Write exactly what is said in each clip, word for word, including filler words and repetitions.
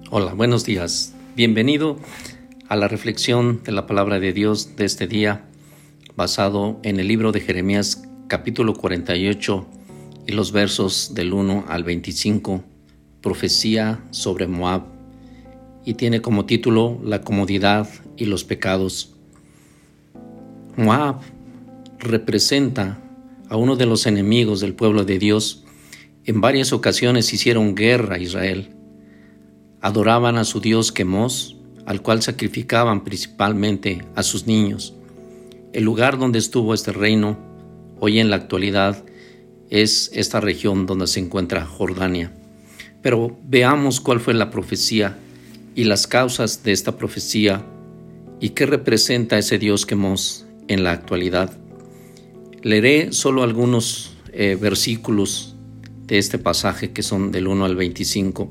Hola, buenos días. Bienvenido a la reflexión de la palabra de Dios de este día, basado en el libro de Jeremías, capítulo cuarenta y ocho y los versos del uno al veinticinco, profecía sobre Moab, y tiene como título La comodidad y los pecados. Moab representa a uno de los enemigos del pueblo de Dios. En varias ocasiones hicieron guerra a Israel. Adoraban a su dios Quemos, al cual sacrificaban principalmente a sus niños. El lugar donde estuvo este reino, hoy en la actualidad, es esta región donde se encuentra Jordania. Pero veamos cuál fue la profecía y las causas de esta profecía y qué representa ese dios Quemos en la actualidad. Leeré solo algunos eh, versículos de este pasaje que son del uno al veinticinco.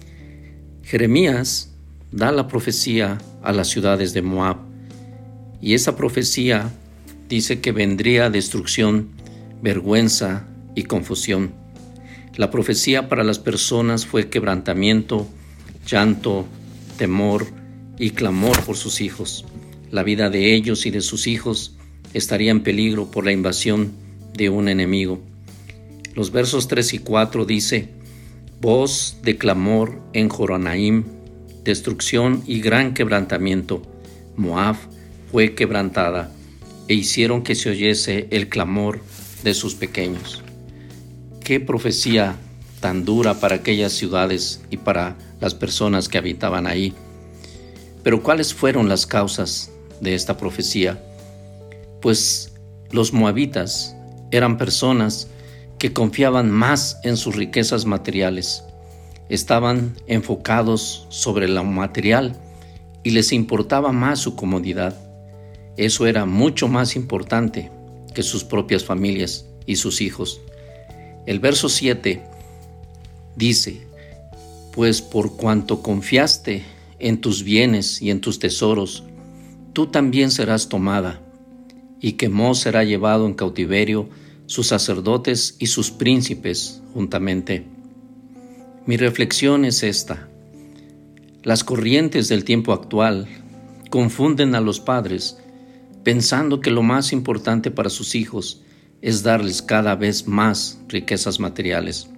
Jeremías da la profecía a las ciudades de Moab, y esa profecía dice que vendría destrucción, vergüenza y confusión. La profecía para las personas fue quebrantamiento, llanto, temor y clamor por sus hijos. La vida de ellos y de sus hijos estaría en peligro por la invasión de un enemigo. Los versos tres y cuatro dice: voz de clamor en Horonaim, destrucción y gran quebrantamiento. Moab fue quebrantada, e hicieron que se oyese el clamor de sus pequeños. Qué profecía tan dura para aquellas ciudades y para las personas que habitaban ahí. Pero ¿cuáles fueron las causas de esta profecía? Pues los moabitas eran personas que confiaban más en sus riquezas materiales. Estaban enfocados sobre lo material y les importaba más su comodidad. Eso era mucho más importante que sus propias familias y sus hijos. El verso siete dice: pues por cuanto confiaste en tus bienes y en tus tesoros, tú también serás tomada, y Quemos será llevado en cautiverio, sus sacerdotes y sus príncipes juntamente. Mi reflexión es esta: las corrientes del tiempo actual confunden a los padres, pensando que lo más importante para sus hijos es darles cada vez más riquezas materiales.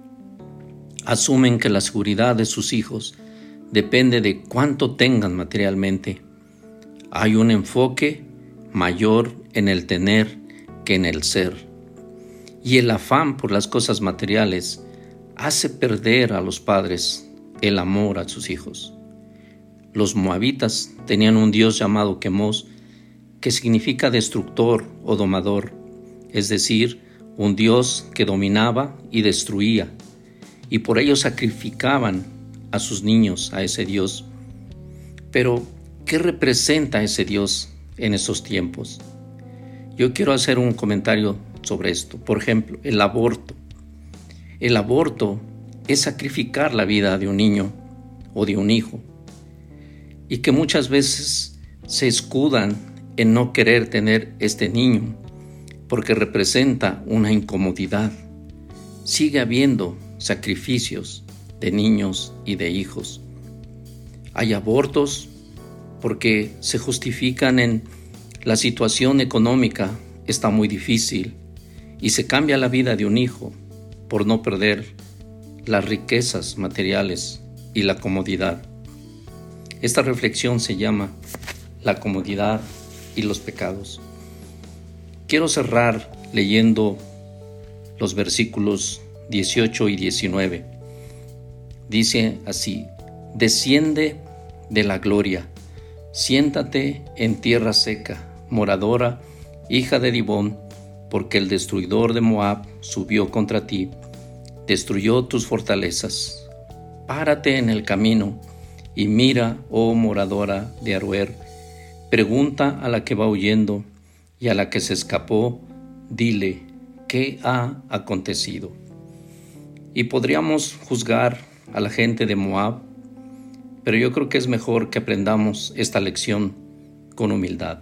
Asumen que la seguridad de sus hijos depende de cuánto tengan materialmente. Hay un enfoque mayor en el tener que en el ser. Y el afán por las cosas materiales hace perder a los padres el amor a sus hijos. Los moabitas tenían un dios llamado Quemos, que significa destructor o domador, es decir, un dios que dominaba y destruía, y por ello sacrificaban a sus niños a ese dios. Pero, ¿qué representa ese dios en esos tiempos? Yo quiero hacer un comentario sobre esto. Por ejemplo, el aborto. El aborto es sacrificar la vida de un niño o de un hijo, y que muchas veces se escudan en no querer tener este niño porque representa una incomodidad. Sigue habiendo sacrificios de niños y de hijos. Hay abortos porque se justifican en la situación económica está muy difícil, y se cambia la vida de un hijo por no perder las riquezas materiales y la comodidad. Esta reflexión se llama La comodidad y los pecados. Quiero cerrar leyendo los versículos dieciocho y diecinueve. Dice así: desciende de la gloria, siéntate en tierra seca, moradora, hija de Dibón, porque el destruidor de Moab subió contra ti, destruyó tus fortalezas. Párate en el camino y mira, oh moradora de Aroer, pregunta a la que va huyendo, y a la que se escapó, dile, ¿qué ha acontecido? Y podríamos juzgar a la gente de Moab, pero yo creo que es mejor que aprendamos esta lección con humildad.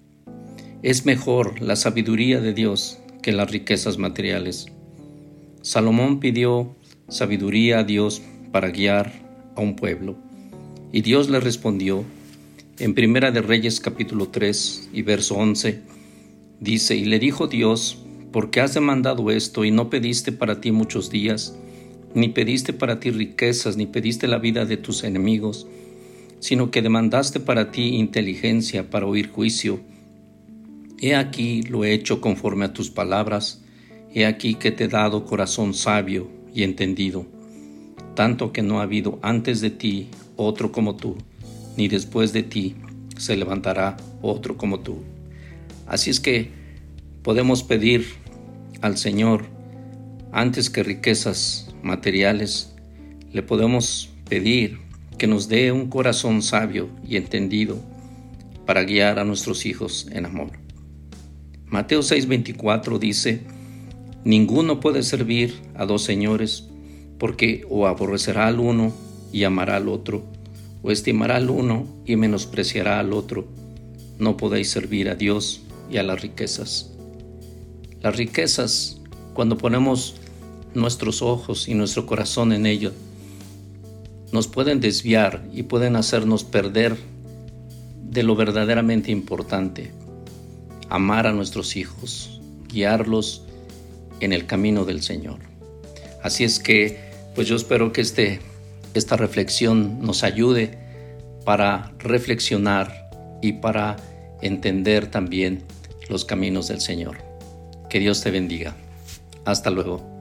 Es mejor la sabiduría de Dios que las riquezas materiales. Salomón pidió sabiduría a Dios para guiar a un pueblo. Y Dios le respondió. En Primera de Reyes capítulo tres y verso once, dice, y le dijo Dios, ¿por qué has demandado esto y no pediste para ti muchos días, ni pediste para ti riquezas, ni pediste la vida de tus enemigos, sino que demandaste para ti inteligencia para oír juicio? He aquí lo he hecho conforme a tus palabras, he aquí que te he dado corazón sabio y entendido, tanto que no ha habido antes de ti otro como tú, ni después de ti se levantará otro como tú. Así es que podemos pedir al Señor, antes que riquezas materiales, le podemos pedir que nos dé un corazón sabio y entendido para guiar a nuestros hijos en amor. Mateo seis veinticuatro dice, ninguno puede servir a dos señores, porque o aborrecerá al uno y amará al otro, o estimará al uno y menospreciará al otro. No podéis servir a Dios y a las riquezas. Las riquezas, cuando ponemos nuestros ojos y nuestro corazón en ello, nos pueden desviar y pueden hacernos perder de lo verdaderamente importante: amar a nuestros hijos, guiarlos en el camino del Señor. Así es que, pues yo espero que este esta reflexión nos ayude para reflexionar y para entender también los caminos del Señor. Que Dios te bendiga. Hasta luego.